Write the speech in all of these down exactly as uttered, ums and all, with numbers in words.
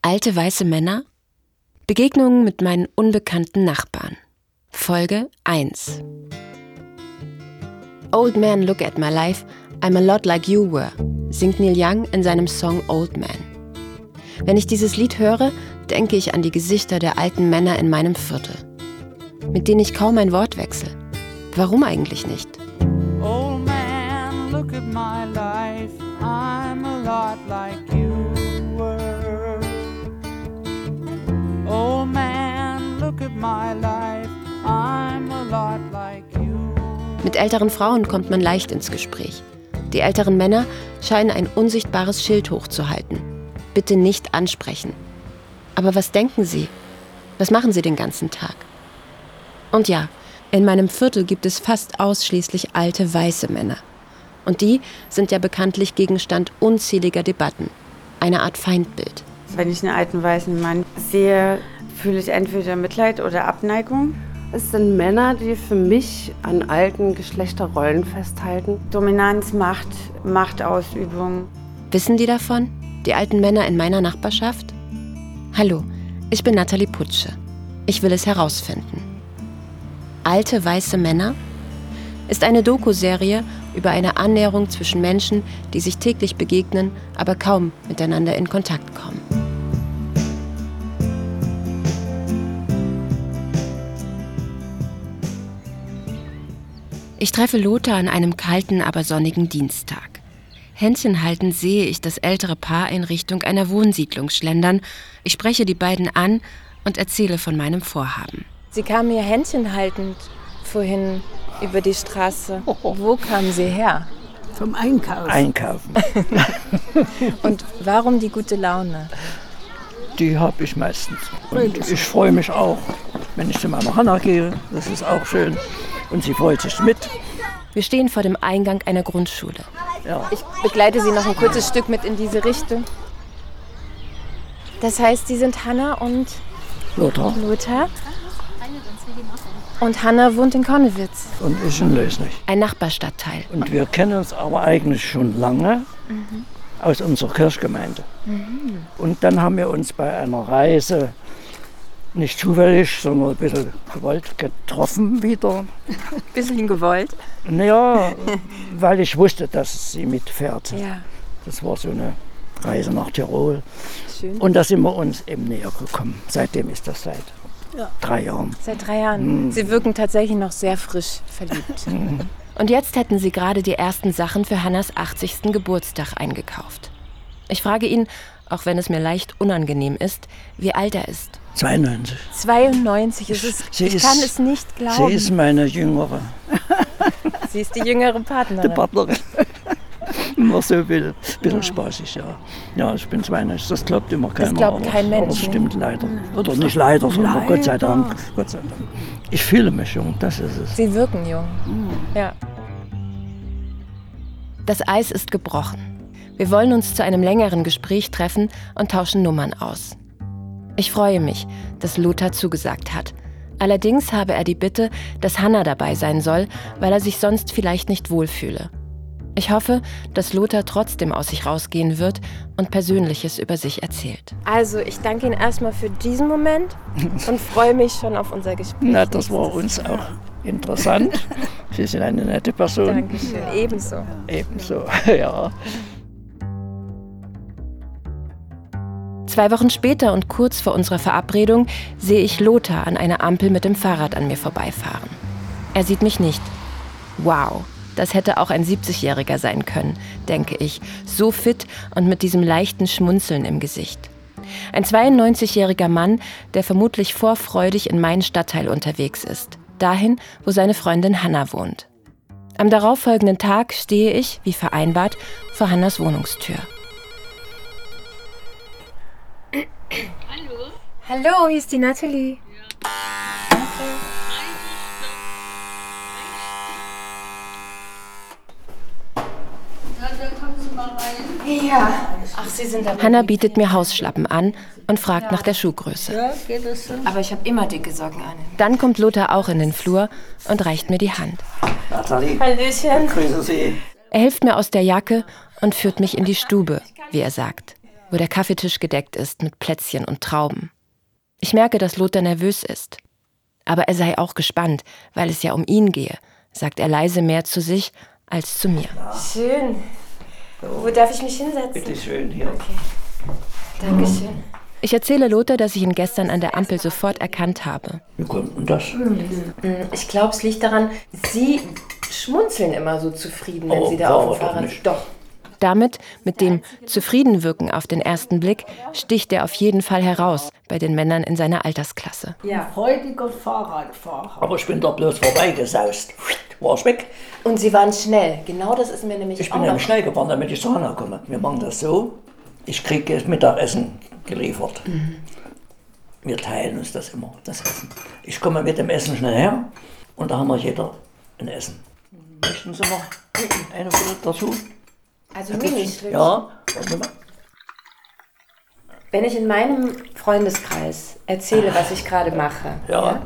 Alte weiße Männer? Begegnungen mit meinen unbekannten Nachbarn. Folge eins. Old Man Look at My Life, I'm a Lot Like You Were, singt Neil Young in seinem Song Old Man. Wenn ich dieses Lied höre, denke ich an die Gesichter der alten Männer in meinem Viertel, mit denen ich kaum ein Wort wechsle. Warum eigentlich nicht? Old man, look at my life, I'm a lot like you were. Old man, look at my life, I'm a lot like you. Mit älteren Frauen kommt man leicht ins Gespräch. Die älteren Männer scheinen ein unsichtbares Schild hochzuhalten. Bitte nicht ansprechen. Aber was denken sie? Was machen sie den ganzen Tag? Und ja, in meinem Viertel gibt es fast ausschließlich alte weiße Männer. Und die sind ja bekanntlich Gegenstand unzähliger Debatten. Eine Art Feindbild. Wenn ich einen alten weißen Mann sehe, fühle ich entweder Mitleid oder Abneigung. Es sind Männer, die für mich an alten Geschlechterrollen festhalten. Dominanz, Macht, Machtausübung. Wissen die davon, die alten Männer in meiner Nachbarschaft? Hallo, ich bin Nathalie Putsche. Ich will es herausfinden. Alte weiße Männer ist eine Doku-Serie über eine Annäherung zwischen Menschen, die sich täglich begegnen, aber kaum miteinander in Kontakt kommen. Ich treffe Lothar an einem kalten, aber sonnigen Dienstag. Händchenhaltend sehe ich das ältere Paar in Richtung einer Wohnsiedlung schlendern. Ich spreche die beiden an und erzähle von meinem Vorhaben. Sie kamen hier händchenhaltend vorhin über die Straße. Wo kamen Sie her? Vom Einkaufen. Einkaufen. Und warum die gute Laune? Die habe ich meistens. Und ich freue mich auch, wenn ich zu meiner Hanna gehe. Das ist auch schön. Und sie freut sich mit. Wir stehen vor dem Eingang einer Grundschule. Ja. Ich begleite Sie noch ein kurzes Stück mit in diese Richtung. Das heißt, Sie sind Hanna und Lothar. Lothar. Und Hanna wohnt in Konnewitz. Und ich in Lösnich. Ein Nachbarstadtteil. Und wir kennen uns aber eigentlich schon lange mhm. aus unserer Kirchgemeinde. Mhm. Und dann haben wir uns bei einer Reise nicht zufällig, sondern ein bisschen gewollt getroffen wieder. Ein bisschen gewollt? Naja, weil ich wusste, dass sie mitfährt. Ja. Das war so eine Reise nach Tirol. Schön. Und da sind wir uns eben näher gekommen. Seitdem ist das seit ja. drei Jahren. Seit drei Jahren. Mhm. Sie wirken tatsächlich noch sehr frisch verliebt. Mhm. Und jetzt hätten sie gerade die ersten Sachen für Hannas achtzigsten Geburtstag eingekauft. Ich frage ihn, auch wenn es mir leicht unangenehm ist, wie alt er ist. zweiundneunzig. zweiundneunzig, es ist, sie ich ist, kann es nicht glauben. Sie ist meine Jüngere. Sie ist die jüngere Partnerin. Die Partnerin. Immer so ein bisschen, bisschen spaßig, ja. Ja, ich bin zweiundneunzig, das glaubt immer keiner. Das glaubt kein Mensch. Aber das stimmt leider. Oder nicht leider, sondern leider. Gott sei Dank. Gott sei Dank. Ich fühle mich jung, das ist es. Sie wirken jung, mhm. ja. Das Eis ist gebrochen. Wir wollen uns zu einem längeren Gespräch treffen und tauschen Nummern aus. Ich freue mich, dass Lothar zugesagt hat. Allerdings habe er die Bitte, dass Hanna dabei sein soll, weil er sich sonst vielleicht nicht wohlfühle. Ich hoffe, dass Lothar trotzdem aus sich rausgehen wird und Persönliches über sich erzählt. Also, ich danke Ihnen erstmal für diesen Moment und freue mich schon auf unser Gespräch. Na, das war uns auch interessant. Sie sind eine nette Person. Dankeschön, ebenso. Ebenso, ja. Zwei Wochen später und kurz vor unserer Verabredung sehe ich Lothar an einer Ampel mit dem Fahrrad an mir vorbeifahren. Er sieht mich nicht. Wow, das hätte auch ein siebzigjähriger sein können, denke ich, so fit und mit diesem leichten Schmunzeln im Gesicht. Ein zweiundneunzigjähriger Mann, der vermutlich vorfreudig in meinen Stadtteil unterwegs ist, dahin, wo seine Freundin Hanna wohnt. Am darauffolgenden Tag stehe ich, wie vereinbart, vor Hannas Wohnungstür. Hallo. Hallo, hier ist die Nathalie. Ja. Okay. Ja, dann kommen Sie mal rein. Ja. Ach, Sie sind aber Hanna bietet mir Hausschlappen an und fragt ja. nach der Schuhgröße. Ja, geht das so? Aber ich habe immer dicke Socken an. Dann kommt Lothar auch in den Flur und reicht mir die Hand. Nathalie, Hallöchen. grüße Sie. Er hilft mir aus der Jacke und führt mich in die Stube, wie er sagt. wo der Kaffeetisch gedeckt ist mit Plätzchen und Trauben. Ich merke, dass Lothar nervös ist. Aber er sei auch gespannt, weil es ja um ihn gehe, sagt er leise mehr zu sich als zu mir. Schön. Wo darf ich mich hinsetzen? Bitte schön hier. Okay. Dankeschön. Ich erzähle Lothar, dass ich ihn gestern an der Ampel sofort erkannt habe. Wie kommt denn das? Ich glaube, es liegt daran, Sie schmunzeln immer so zufrieden, wenn Oh, Sie da war auf er dem doch Fahrrad nicht. Doch. Damit, mit dem Zufriedenwirken auf den ersten Blick, sticht er auf jeden Fall heraus bei den Männern in seiner Altersklasse. Ja. Freudiger Fahrradfahrer. Aber ich bin da bloß vorbeigesaust. War ich weg. Und Sie waren schnell. Genau das ist mir nämlich Ich auch bin noch... nämlich schnell gefahren, damit ich zu Hanna komme. Wir machen das so, ich kriege das Mittagessen geliefert. Mhm. Wir teilen uns das immer, das Essen. Ich komme mit dem Essen schnell her und da haben wir jeder ein Essen. Möchten Sie noch eine Viertel dazu? Also Minischlückchen. Ja, warte mal. Wenn ich in meinem Freundeskreis erzähle, was ich gerade mache, Ja.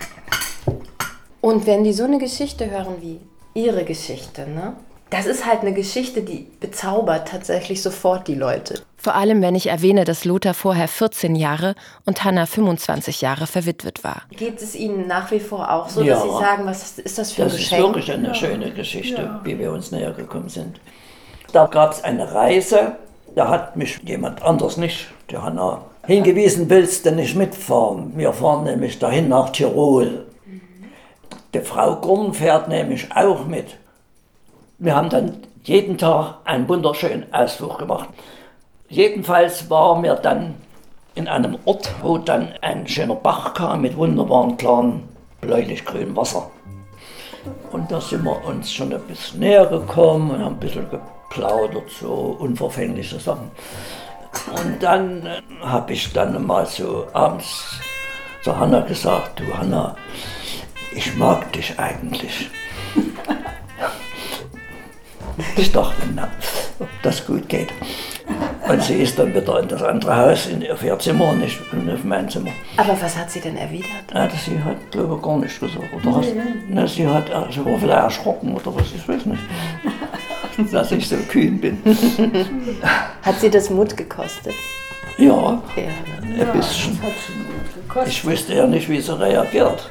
und wenn die so eine Geschichte hören wie Ihre Geschichte, ne? Das ist halt eine Geschichte, die bezaubert tatsächlich sofort die Leute. Vor allem, wenn ich erwähne, dass Lothar vorher vierzehn Jahre und Hanna fünfundzwanzig Jahre verwitwet war. Geht es Ihnen nach wie vor auch so, Ja. dass Sie sagen, was ist das für ein Das ist Geschenk? wirklich eine schöne Geschichte, wie wir uns näher gekommen sind. Da gab es eine Reise, da hat mich jemand anders nicht, die Hanna, hingewiesen, willst du nicht mitfahren? Wir fahren nämlich dahin nach Tirol. Mhm. Die Frau Gurn fährt nämlich auch mit. Wir haben dann jeden Tag einen wunderschönen Ausflug gemacht. Jedenfalls waren wir dann in einem Ort, wo dann ein schöner Bach kam mit wunderbaren, klaren, bläulich-grünem Wasser. Und da sind wir uns schon ein bisschen näher gekommen und haben ein bisschen geplaudert, so unverfängliche Sachen. Und dann äh, habe ich dann mal so abends zu Hanna gesagt, du Hanna, ich mag dich eigentlich. Ich dachte, na, ob das gut geht. Und sie ist dann wieder in das andere Haus, in ihr Zimmer, nicht in mein Zimmer. Aber was hat sie denn erwidert? Ja, das sie hat, glaube ich, gar nichts gesagt. Oder was? Na, sie, hat, sie war vielleicht erschrocken oder was, ich weiß nicht. Dass ich so kühn bin. Hat sie das Mut gekostet? Ja, Ja. ein bisschen. Ich wusste ja nicht, wie sie reagiert.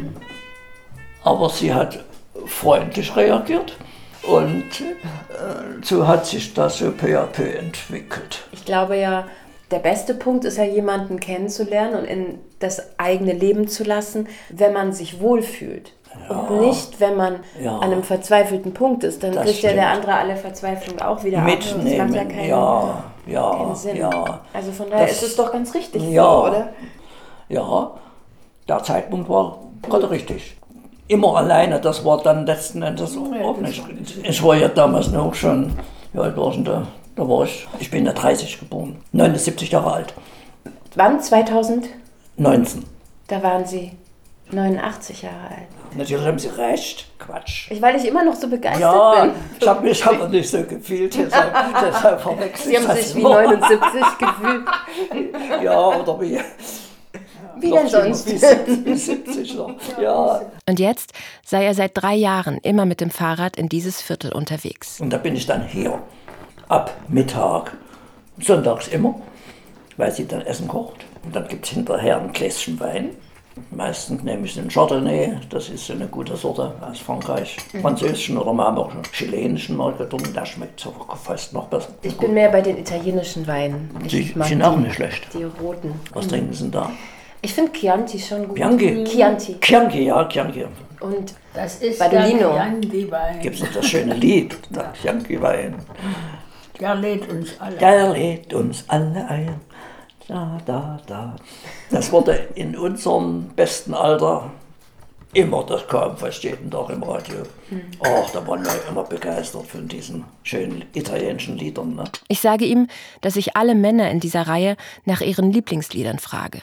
Aber sie hat freundlich reagiert. Und äh, so hat sich das so peu à peu entwickelt. Ich glaube ja, der beste Punkt ist ja, jemanden kennenzulernen und in das eigene Leben zu lassen, wenn man sich wohlfühlt. Ja. Und nicht, wenn man Ja. an einem verzweifelten Punkt ist. Dann Das kriegt ja der stimmt. andere alle Verzweiflung auch wieder ab. Mitnehmen, Das macht ja keinen, ja, ja, keinen Sinn. ja. Also von daher Das- ist es doch ganz richtig ja. so, oder? Ja, der Zeitpunkt war gerade richtig. Immer alleine, das war dann letzten Endes auch nicht. Ich war ja damals noch schon, wie alt war ich denn da? Da war ich, ich bin ja dreißig geboren, neunundsiebzig Jahre alt. Wann? zweitausend? neunzehn. Da waren Sie neunundachtzig Jahre alt. Natürlich haben Sie recht, Quatsch. Ich, weil ich immer noch so begeistert Ja, bin. ich habe mich aber nicht so gefühlt, deshalb, deshalb verwechselt Sie haben das sich wie immer. neunundsiebzig gefühlt. Ja, oder wie? Wie denn Noch jünger, sonst? Wie siebzig, wie siebzig noch. Ja. Und jetzt sei er seit drei Jahren immer mit dem Fahrrad in dieses Viertel unterwegs. Und da bin ich dann hier, ab Mittag, sonntags immer, weil sie dann Essen kocht. Und dann gibt es hinterher ein Gläschen Wein. Meistens nehme ich den Chardonnay, das ist so eine gute Sorte aus Frankreich. Französischen oder mal auch chilenischen mal getrunken, der schmeckt so fast noch besser. Ich bin mehr bei den italienischen Weinen. Ich Die mag sind die, auch nicht schlecht. Die roten. Was trinken Sie denn da? Ich finde Chianti schon gut. Chianti? Chianti. Chianti, ja, Chianti. Und Das ist Badolino. der Chianti-Wein. Gibt es das schöne Lied, der Chianti-Wein. Der lädt uns alle. Der lädt uns alle ein. Da, da, da. Das wurde in unserem besten Alter immer, das kam fast jeden Tag im Radio. Ach, da waren wir immer begeistert von diesen schönen italienischen Liedern. Ne? Ich sage ihm, dass ich alle Männer in dieser Reihe nach ihren Lieblingsliedern frage.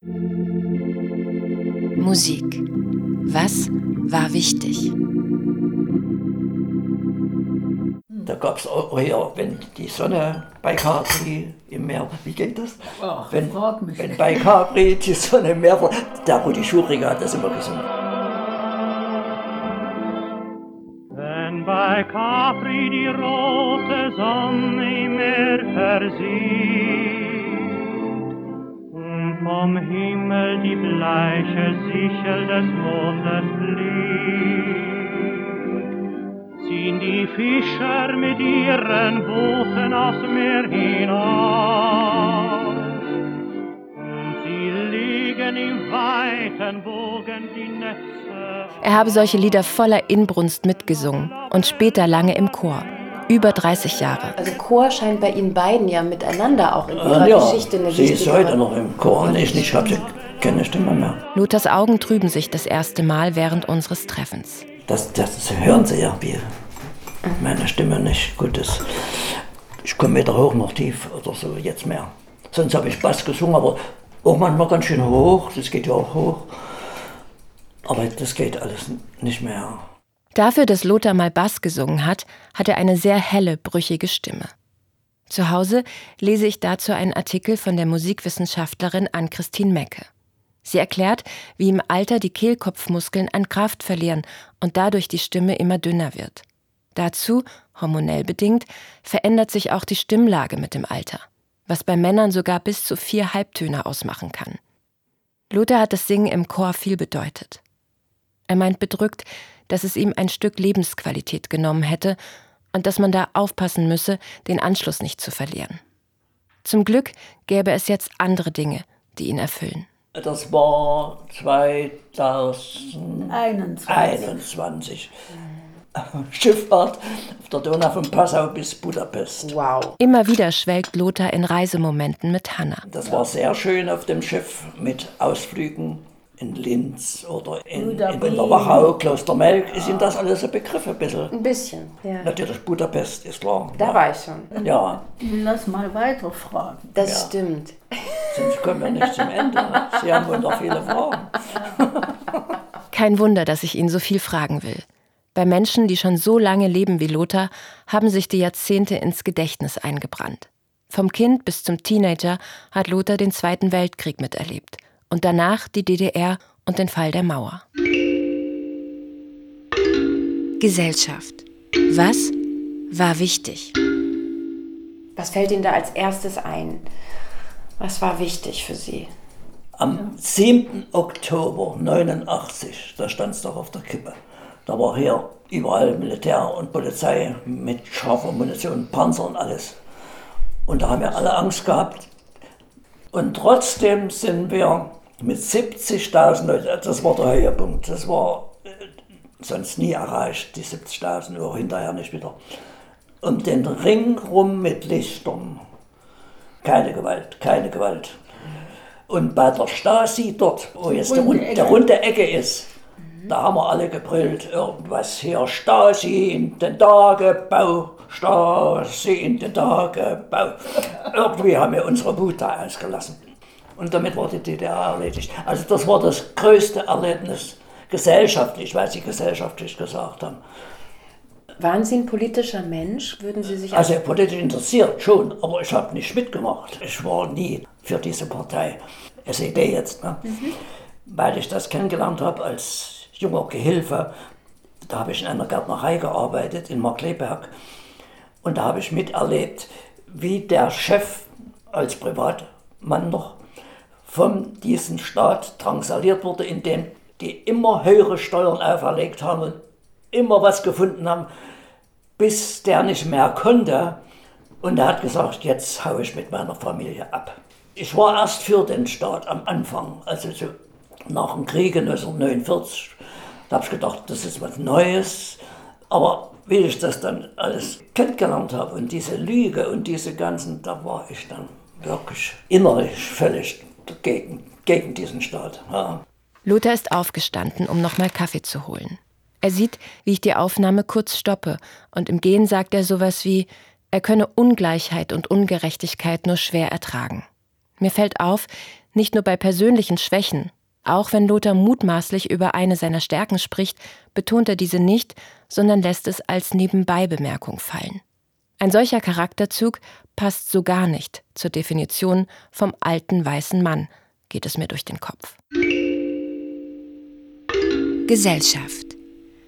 Musik. Was war wichtig? Da gab es auch hier, wenn die Sonne bei Capri im Meer, wie geht das? Ach, wenn, frag mich wenn nicht. bei Capri die Sonne im Meer war, der Rudi Schuriger hat das immer gesungen. Wenn bei Capri die rote Sonne im Meer er versieht und vom Himmel die bleiche Sichel des Mondes fliegt, ziehen die Fischer mit ihren Booten aufs Meer hinaus und sie legen im weiten Bogen die Netze. Er habe solche Lieder voller Inbrunst mitgesungen und später lange im Chor. Über dreißig Jahre. Also Chor scheint bei Ihnen beiden ja miteinander auch in ihrer Äh, ja, Geschichte eine sie ist wichtige heute Rolle. noch im Chor und ich nicht, ich habe keine Stimme mehr. Lothars Augen trüben sich das erste Mal während unseres Treffens. Das, das hören Sie ja, wie meine Stimme nicht gut ist. Ich komme weder hoch noch tief oder so, jetzt mehr. Sonst habe ich Bass gesungen, aber auch manchmal ganz schön hoch, das geht ja auch hoch. Aber das geht alles nicht mehr. Dafür, dass Lothar mal Bass gesungen hat, hat er eine sehr helle, brüchige Stimme. Zu Hause lese ich dazu einen Artikel von der Musikwissenschaftlerin Ann-Christine Mecke. Sie erklärt, wie im Alter die Kehlkopfmuskeln an Kraft verlieren und dadurch die Stimme immer dünner wird. Dazu, hormonell bedingt, verändert sich auch die Stimmlage mit dem Alter, was bei Männern sogar bis zu vier Halbtöne ausmachen kann. Lothar hat das Singen im Chor viel bedeutet. Er meint bedrückt, dass es ihm ein Stück Lebensqualität genommen hätte und dass man da aufpassen müsse, den Anschluss nicht zu verlieren. Zum Glück gäbe es jetzt andere Dinge, die ihn erfüllen. Das war zweitausendeinundzwanzig. Schifffahrt auf der Donau von Passau bis Budapest. Wow. Immer wieder schwelgt Lothar in Reisemomenten mit Hanna. Das war sehr schön auf dem Schiff mit Ausflügen in Linz oder in, in, in der Wachau, Klostermelk. Ist Ihnen das alles ein Begriff ein bisschen? Ein bisschen, ja. Natürlich Budapest, ist klar. Da ja. war ich schon. Ja. Lass mal weiter fragen. Das Ja. stimmt. Sonst kommen wir nicht zum Ende. Sie haben wohl noch viele Fragen. Kein Wunder, dass ich ihn so viel fragen will. Bei Menschen, die schon so lange leben wie Lothar, haben sich die Jahrzehnte ins Gedächtnis eingebrannt. Vom Kind bis zum Teenager hat Lothar den Zweiten Weltkrieg miterlebt und danach die D D R und den Fall der Mauer. Gesellschaft. Was war wichtig? Was fällt Ihnen da als erstes ein? Was war wichtig für Sie? Am siebten Oktober neunundachtzig, da stand es doch auf der Kippe. Da war hier überall Militär und Polizei mit scharfer Munition, Panzer und alles. Und da haben wir alle Angst gehabt. Und trotzdem sind wir mit siebzigtausend Leuten, das war der Höhepunkt, das war äh, sonst nie erreicht, die siebzigtausend, auch hinterher nicht wieder. Um den Ring rum mit Lichtern. Keine Gewalt, keine Gewalt. Und bei der Stasi dort, wo jetzt der, Rund, der runde Ecke ist, da haben wir alle gebrüllt, irgendwas hier, Stasi in den Tagebau, Stasi in den Tagebau. Irgendwie haben wir unsere Wut da ausgelassen. Und damit war die D D R erledigt. Also das war das größte Erlebnis gesellschaftlich, weil Sie gesellschaftlich gesagt haben. Waren Sie ein politischer Mensch? Würden Sie sich Also politisch interessiert schon, aber ich habe nicht mitgemacht. Ich war nie für diese Partei, S E D jetzt, ne? Mhm. Weil ich das kennengelernt habe als junger Gehilfe. Da habe ich in einer Gärtnerei gearbeitet in Markleberg und da habe ich miterlebt, wie der Chef als Privatmann noch von diesem Staat drangsaliert wurde, indem die immer höhere Steuern auferlegt haben und immer was gefunden haben, bis der nicht mehr konnte. Und er hat gesagt, jetzt haue ich mit meiner Familie ab. Ich war erst für den Staat am Anfang, also so nach dem Krieg neunzehnhundertneunundvierzig. Da habe ich gedacht, das ist was Neues. Aber wie ich das dann alles kennengelernt habe und diese Lüge und diese ganzen, da war ich dann wirklich innerlich völlig gegen, gegen diesen Staat. Ja. Lothar ist aufgestanden, um nochmal Kaffee zu holen. Er sieht, wie ich die Aufnahme kurz stoppe und im Gehen sagt er sowas wie, er könne Ungleichheit und Ungerechtigkeit nur schwer ertragen. Mir fällt auf, nicht nur bei persönlichen Schwächen, auch wenn Lothar mutmaßlich über eine seiner Stärken spricht, betont er diese nicht, sondern lässt es als Nebenbei-Bemerkung fallen. Ein solcher Charakterzug passt so gar nicht zur Definition vom alten weißen Mann, geht es mir durch den Kopf. Gesellschaft.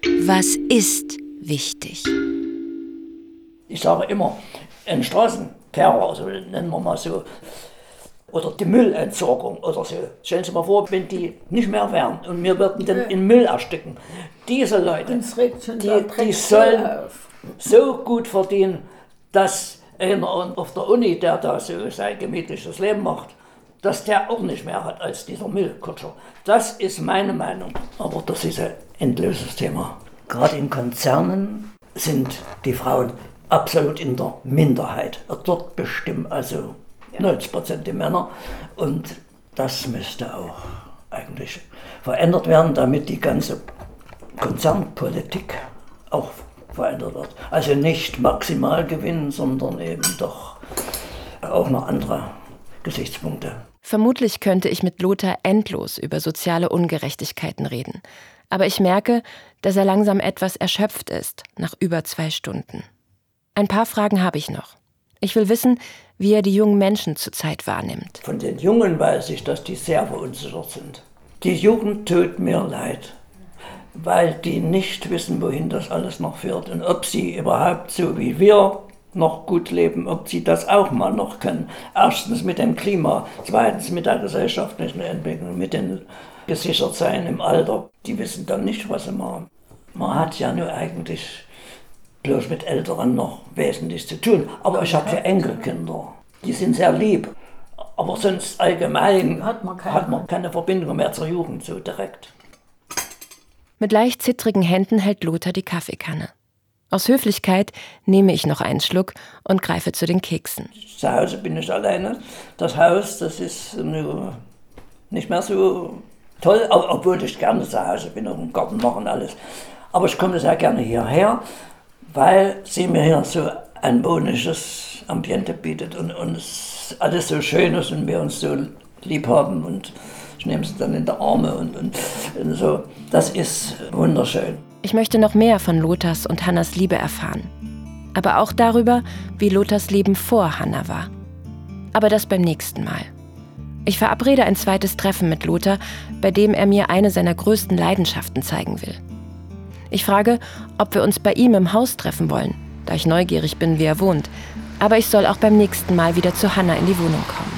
Was ist wichtig? Ich sage immer, ein Straßen, Kehrer, also nennen wir mal so, oder die Müllentsorgung oder so. Stellen Sie sich mal vor, wenn die nicht mehr wären und wir würden den in Müll ersticken. Diese Leute, die, die sollen so gut verdienen, dass einer auf der Uni, der da so sein gemütliches Leben macht, dass der auch nicht mehr hat als dieser Müllkutscher. Das ist meine Meinung. Aber das ist ein endloses Thema. Gerade in Konzernen sind die Frauen absolut in der Minderheit. Dort bestimmen also neunzig Prozent die Männer. Und das müsste auch eigentlich verändert werden, damit die ganze Konzernpolitik auch verändert wird. Also nicht maximal gewinnen, sondern eben doch auch noch andere Gesichtspunkte. Vermutlich könnte ich mit Lothar endlos über soziale Ungerechtigkeiten reden. Aber ich merke, dass er langsam etwas erschöpft ist, nach über zwei Stunden. Ein paar Fragen habe ich noch. Ich will wissen, wie er die jungen Menschen zurzeit wahrnimmt. Von den Jungen weiß ich, dass die sehr verunsichert sind. Die Jugend tut mir leid, weil die nicht wissen, wohin das alles noch führt und ob sie überhaupt so wie wir noch gut leben, ob sie das auch mal noch können. Erstens mit dem Klima, zweitens mit der gesellschaftlichen Entwicklung, mit dem Gesichertsein im Alter. Die wissen dann nicht, was sie machen. Man hat ja nur eigentlich bloß mit Älteren noch wesentlich zu tun. Aber ich habe ja Enkelkinder, die sind sehr lieb. Aber sonst allgemein hat man keine, hat man keine Verbindung mehr zur Jugend so direkt. Mit leicht zittrigen Händen hält Lothar die Kaffeekanne. Aus Höflichkeit nehme ich noch einen Schluck und greife zu den Keksen. Zu Hause bin ich alleine. Das Haus, das ist nicht mehr so toll, obwohl ich gerne zu Hause bin und im Garten mache und alles. Aber ich komme sehr gerne hierher, weil sie mir hier so ein wohnliches Ambiente bietet und uns alles so schön ist und wir uns so lieb haben und ich nehme sie dann in die Arme und, und, und so. Das ist wunderschön. Ich möchte noch mehr von Lothars und Hannas Liebe erfahren. Aber auch darüber, wie Lothars Leben vor Hanna war. Aber das beim nächsten Mal. Ich verabrede ein zweites Treffen mit Lothar, bei dem er mir eine seiner größten Leidenschaften zeigen will. Ich frage, ob wir uns bei ihm im Haus treffen wollen, da ich neugierig bin, wie er wohnt. Aber ich soll auch beim nächsten Mal wieder zu Hanna in die Wohnung kommen.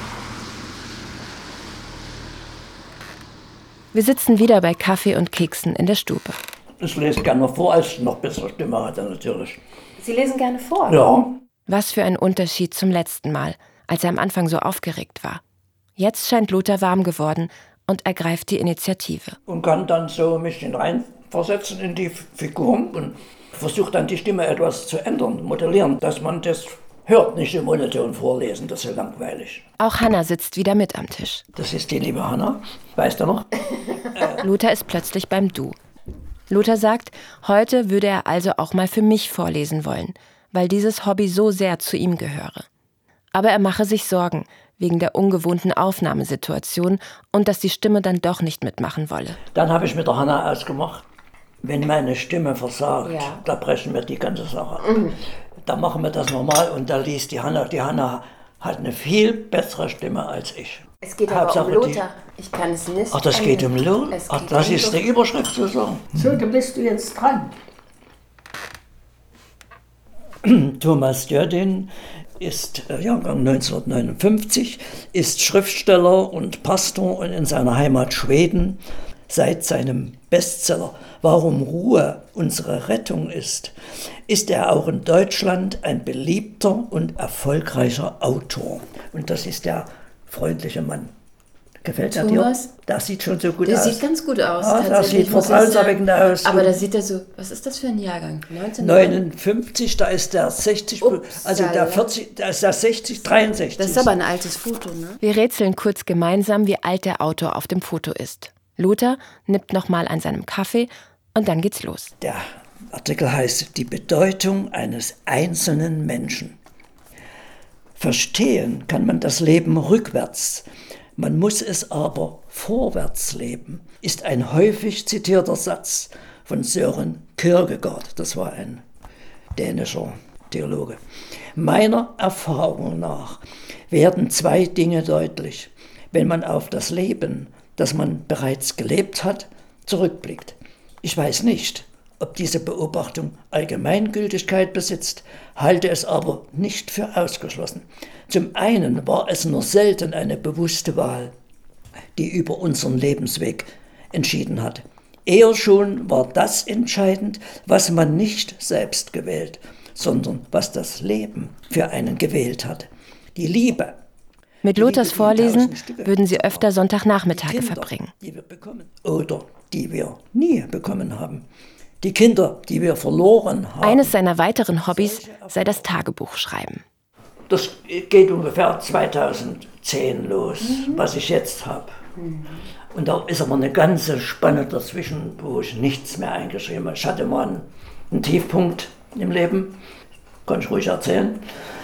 Wir sitzen wieder bei Kaffee und Keksen in der Stube. Ich lese gerne vor, als ich noch bessere Stimme hatte, natürlich. Sie lesen gerne vor? Ja. Was für ein Unterschied zum letzten Mal, als er am Anfang so aufgeregt war. Jetzt scheint Lothar warm geworden und ergreift die Initiative. Und kann dann so mich reinversetzen in die Figuren und versucht dann die Stimme etwas zu ändern, modellieren, dass man das hört, nicht im Monitor vorlesen, das ist ja langweilig. Auch Hanna sitzt wieder mit am Tisch. Das ist die liebe Hanna, weißt du noch? Lothar ist plötzlich beim Du. Lothar sagt, heute würde er also auch mal für mich vorlesen wollen, weil dieses Hobby so sehr zu ihm gehöre. Aber er mache sich Sorgen wegen der ungewohnten Aufnahmesituation und dass die Stimme dann doch nicht mitmachen wolle. Dann habe ich mit der Hanna ausgemacht, wenn meine Stimme versagt, ja. da brechen wir die ganze Sache ab. Mhm. Da machen wir das normal und da liest die Hanna. Die Hanna hat eine viel bessere Stimme als ich. Es geht aber Hauptsache um Lothar. Ich kann es nicht. Ach, das geht um Lothar? Ach, das ist die Überschrift sozusagen. So, da bist du jetzt dran. Thomas Jödin ist Jahrgang neunzehnhundertneunundfünfzig, ist Schriftsteller und Pastor und in seiner Heimat Schweden seit seinem Bestseller Warum Ruhe unsere Rettung ist, ist er auch in Deutschland ein beliebter und erfolgreicher Autor. Und das ist der freundliche Mann. Gefällt er dir? Das sieht schon so gut der aus. Der sieht ganz gut aus. Ja, das sieht vertrauenserweckend aus. Aber da sieht er so, was ist das für ein Jahrgang? neunzehnhundertneunundfünfzig, da ist der sechzig, Upsala. Also der vierzig, da ist der sechzig, dreiundsechzig. Das ist aber ein altes Foto, ne? Wir rätseln kurz gemeinsam, wie alt der Autor auf dem Foto ist. Lothar nippt nochmal an seinem Kaffee und dann geht's los. Der Artikel heißt Die Bedeutung eines einzelnen Menschen. Verstehen kann man das Leben rückwärts. Man muss es aber vorwärts leben, ist ein häufig zitierter Satz von Søren Kierkegaard. Das war ein dänischer Theologe. Meiner Erfahrung nach werden zwei Dinge deutlich, wenn man auf das Leben, das man bereits gelebt hat, zurückblickt. Ich weiß nicht, Ob diese Beobachtung Allgemeingültigkeit besitzt, halte es aber nicht für ausgeschlossen. Zum einen war es nur selten eine bewusste Wahl, die über unseren Lebensweg entschieden hat. Eher schon war das entscheidend, was man nicht selbst gewählt, sondern was das Leben für einen gewählt hat. Die Liebe. Mit Lothars Vorlesen würden sie öfter Sonntagnachmittage Kinder, verbringen. Die wir bekommen, oder die wir nie bekommen haben. Die Kinder, die wir verloren haben. Eines seiner weiteren Hobbys sei das Tagebuchschreiben. Das geht ungefähr zweitausendzehn los, mhm. was ich jetzt habe. Mhm. Und da ist aber eine ganze Spanne dazwischen, wo ich nichts mehr eingeschrieben habe. Ich hatte mal einen, einen Tiefpunkt im Leben, kann ich ruhig erzählen,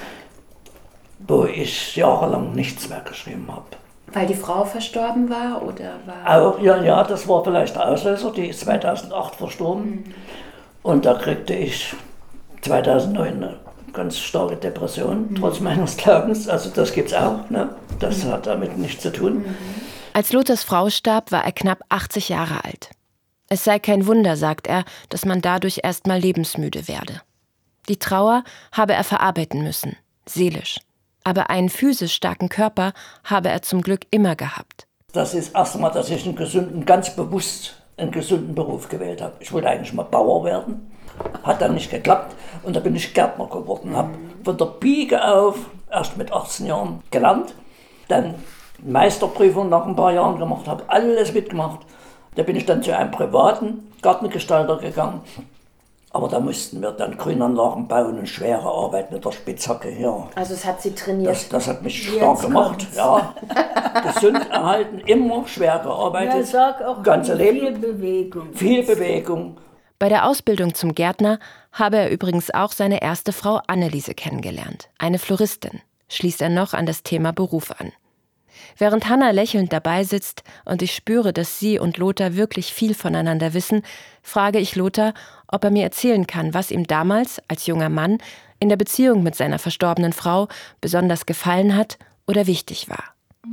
wo ich jahrelang nichts mehr geschrieben habe. Weil die Frau verstorben war oder war? Auch, ja, ja, das war vielleicht der Auslöser, die ist zweitausendacht verstorben. Mhm. Und da kriegte ich zweitausendneun eine ganz starke Depression, mhm. trotz meines Glaubens. Also das gibt's auch, ne? Das mhm. hat damit nichts zu tun. Mhm. Als Lothars Frau starb, war er knapp achtzig Jahre alt. Es sei kein Wunder, sagt er, dass man dadurch erst mal lebensmüde werde. Die Trauer habe er verarbeiten müssen, seelisch. Aber einen physisch starken Körper habe er zum Glück immer gehabt. Das ist erst einmal, dass ich einen gesunden, ganz bewusst einen gesunden Beruf gewählt habe. Ich wollte eigentlich mal Bauer werden, hat dann nicht geklappt und da bin ich Gärtner geworden. Habe von der Pike auf, erst mit achtzehn Jahren gelernt, dann Meisterprüfung nach ein paar Jahren gemacht, habe alles mitgemacht. Da bin ich dann zu einem privaten Gartengestalter gegangen. Aber da mussten wir dann Grünanlagen bauen und schwere Arbeit mit der Spitzhacke hier. Also es hat sie trainiert? Das, das hat mich stark gemacht, ja. Gesund erhalten, immer schwer gearbeitet. Ja, sag auch ganze viel Leben. Bewegung. Viel Bewegung. Bei der Ausbildung zum Gärtner habe er übrigens auch seine erste Frau Anneliese kennengelernt, eine Floristin, schließt er noch an das Thema Beruf an. Während Hanna lächelnd dabei sitzt und ich spüre, dass sie und Lothar wirklich viel voneinander wissen, frage ich Lothar, ob er mir erzählen kann, was ihm damals, als junger Mann, in der Beziehung mit seiner verstorbenen Frau besonders gefallen hat oder wichtig war.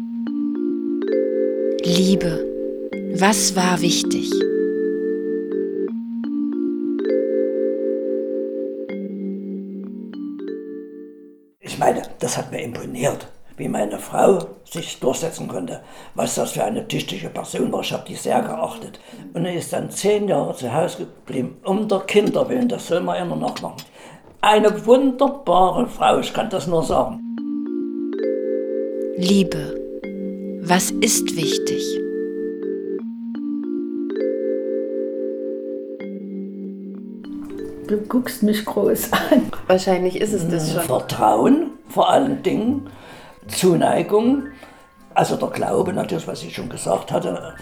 Liebe. Was war wichtig? Ich meine, das hat mir imponiert, wie meine Frau sich durchsetzen konnte, was das für eine tüchtige Person war. Ich habe die sehr geachtet. Und er ist dann zehn Jahre zu Hause geblieben, um der Kinder willen, das soll man immer noch machen. Eine wunderbare Frau, ich kann das nur sagen. Liebe. Was ist wichtig? Du guckst mich groß an. Wahrscheinlich ist es das schon. Vertrauen, vor allen Dingen. Zuneigung, also der Glaube natürlich, was ich schon gesagt hatte,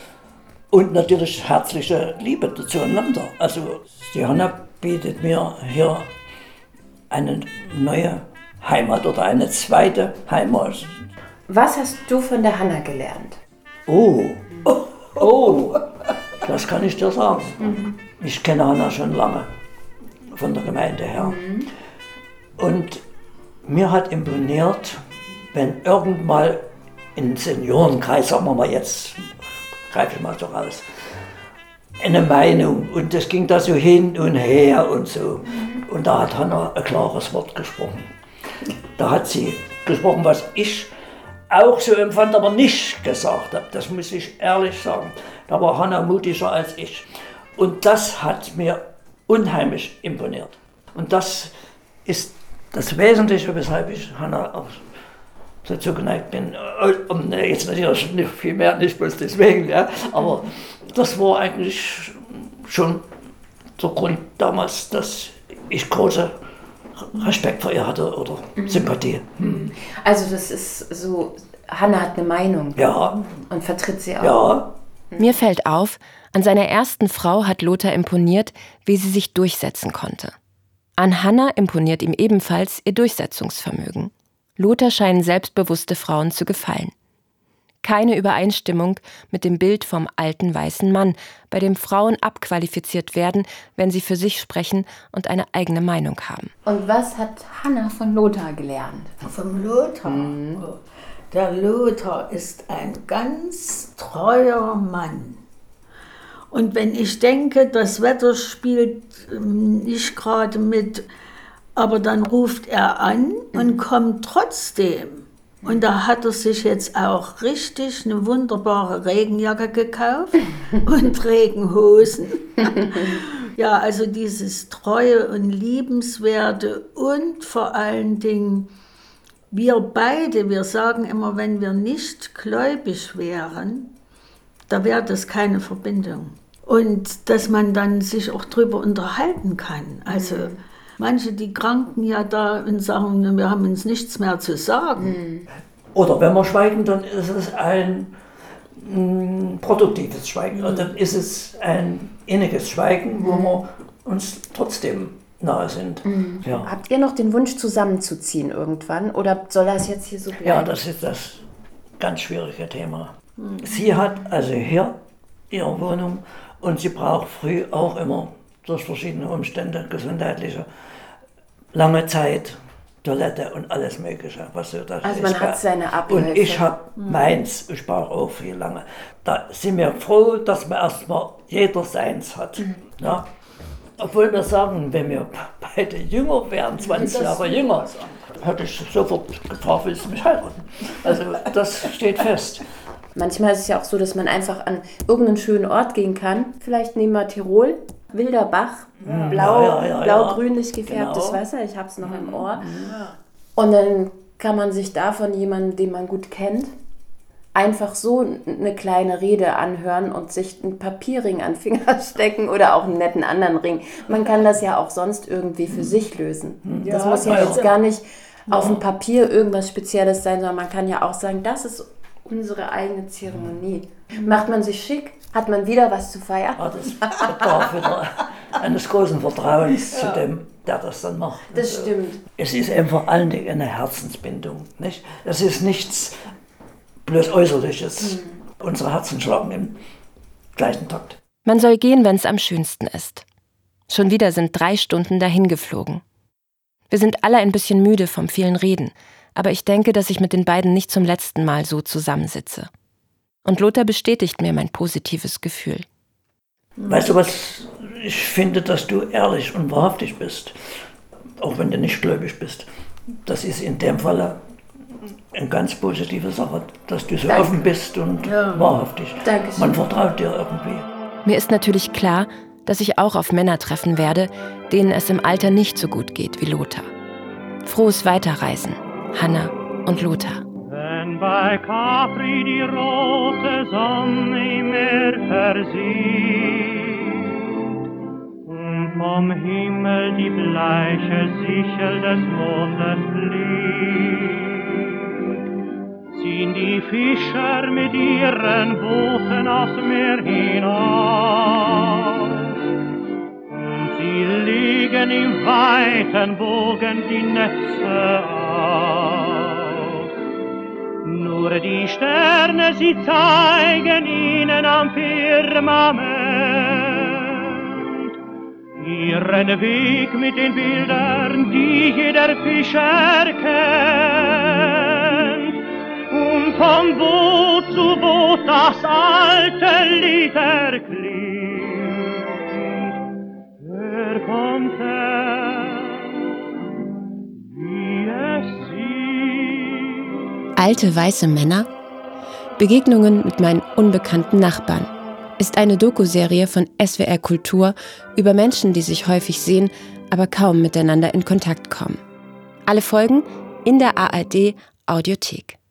und natürlich herzliche Liebe zueinander. Also die Hanna bietet mir hier eine neue Heimat oder eine zweite Heimat. Was hast du von der Hanna gelernt? Oh, oh, oh, das kann ich dir sagen. Mhm. Ich kenne Hanna schon lange, von der Gemeinde her. Mhm. Und mir hat imponiert, wenn irgend mal im Seniorenkreis, sagen wir mal jetzt, greife ich mal so raus, eine Meinung und das ging da so hin und her und so. Und da hat Hanna ein klares Wort gesprochen. Da hat sie gesprochen, was ich auch so empfand, aber nicht gesagt habe. Das muss ich ehrlich sagen. Da war Hanna mutiger als ich. Und das hat mir unheimlich imponiert. Und das ist das Wesentliche, weshalb ich Hanna auch dazu geneigt bin, um, jetzt natürlich nicht viel mehr, nicht bloß deswegen, ja, aber das war eigentlich schon der Grund damals, dass ich große Respekt vor ihr hatte oder mhm. Sympathie. Hm. Also das ist so, Hanna hat eine Meinung. Ja. Und vertritt sie auch. Ja. Mir fällt auf, an seiner ersten Frau hat Lothar imponiert, wie sie sich durchsetzen konnte. An Hanna imponiert ihm ebenfalls ihr Durchsetzungsvermögen. Lothar scheinen selbstbewusste Frauen zu gefallen. Keine Übereinstimmung mit dem Bild vom alten weißen Mann, bei dem Frauen abqualifiziert werden, wenn sie für sich sprechen und eine eigene Meinung haben. Und was hat Hanna von Lothar gelernt? Vom Lothar? Mhm. Der Lothar ist ein ganz treuer Mann. Und wenn ich denke, das Wetter spielt nicht gerade mit, aber dann ruft er an und kommt trotzdem. Und da hat er sich jetzt auch richtig eine wunderbare Regenjacke gekauft und Regenhosen. Ja, also dieses Treue und Liebenswerte und vor allen Dingen wir beide, wir sagen immer, wenn wir nicht gläubig wären, da wäre das keine Verbindung. Und dass man dann sich auch drüber unterhalten kann. Also mhm. manche, die kranken ja da und sagen, wir haben uns nichts mehr zu sagen. Mhm. Oder wenn wir schweigen, dann ist es ein mh, produktives Schweigen. Mhm. Dann ist es ein inniges Schweigen, wo wir uns trotzdem nahe sind. Mhm. Ja. Habt ihr noch den Wunsch, zusammenzuziehen irgendwann? Oder soll das jetzt hier so bleiben? Ja, das ist das ganz schwierige Thema. Mhm. Sie hat also hier ihre Wohnung und sie braucht früh auch immer durch verschiedene Umstände, gesundheitliche, lange Zeit, Toilette und alles Mögliche. Was so das also ist. man hat seine Abläufe. Und ich habe meins, ich brauche auch viel lange. Da sind wir froh, dass man erstmal jeder seins hat. Mhm. Ja? Obwohl wir sagen, wenn wir beide jünger wären, zwanzig Jahre jünger, hätte ich sofort gefragt, willst du mich heiraten? Also das steht fest. Manchmal ist es ja auch so, dass man einfach an irgendeinen schönen Ort gehen kann. Vielleicht nehmen wir Tirol, wilder Bach, ja, blau, ja, ja, ja, blau-grünlich gefärbtes genau. Wasser, ich habe es noch mhm. im Ohr. Ja. Und dann kann man sich da von jemandem, den man gut kennt, einfach so eine kleine Rede anhören und sich einen Papierring an den Finger stecken oder auch einen netten anderen Ring. Man kann das ja auch sonst irgendwie für sich lösen. Ja, das muss ja jetzt gar nicht ja. auf dem Papier irgendwas Spezielles sein, sondern man kann ja auch sagen, das ist unsere eigene Zeremonie. Macht man sich schick, hat man wieder was zu feiern. Ja, das bedarf wieder eines großen Vertrauens ja. zu dem, der das dann macht. Das also, stimmt. Es ist eben vor allen Dingen eine Herzensbindung. Nicht? Es ist nichts bloß Äußerliches. Mhm. Unsere Herzen schlagen im gleichen Takt. Man soll gehen, wenn es am schönsten ist. Schon wieder sind drei Stunden dahin geflogen. Wir sind alle ein bisschen müde vom vielen Reden. Aber ich denke, dass ich mit den beiden nicht zum letzten Mal so zusammensitze. Und Lothar bestätigt mir mein positives Gefühl. Weißt du was, ich finde, dass du ehrlich und wahrhaftig bist, auch wenn du nicht gläubig bist. Das ist in dem Fall eine ganz positive Sache, dass du so Danke. offen bist und ja. wahrhaftig. Dankeschön. Man vertraut dir irgendwie. Mir ist natürlich klar, dass ich auch auf Männer treffen werde, denen es im Alter nicht so gut geht wie Lothar. Frohes Weiterreisen. Hanna und Lothar. Wenn bei Capri die rote Sonne im Meer versieht und vom Himmel die bleiche Sichel des Mondes liegt, ziehen die Fischer mit ihren Booten aufs Meer hinaus und sie legen im weiten Bogen die Netze aus. Nur die Sterne, sie zeigen ihnen am Firmament ihren Weg mit den Bildern, die jeder Fischer kennt. Und von Boot zu Boot das alte Lied erklingt. Wer kommt her, wie es sieht. Alte weiße Männer? Begegnungen mit meinen unbekannten Nachbarn ist eine Doku-Serie von S W R Kultur über Menschen, die sich häufig sehen, aber kaum miteinander in Kontakt kommen. Alle Folgen in der A R D Audiothek.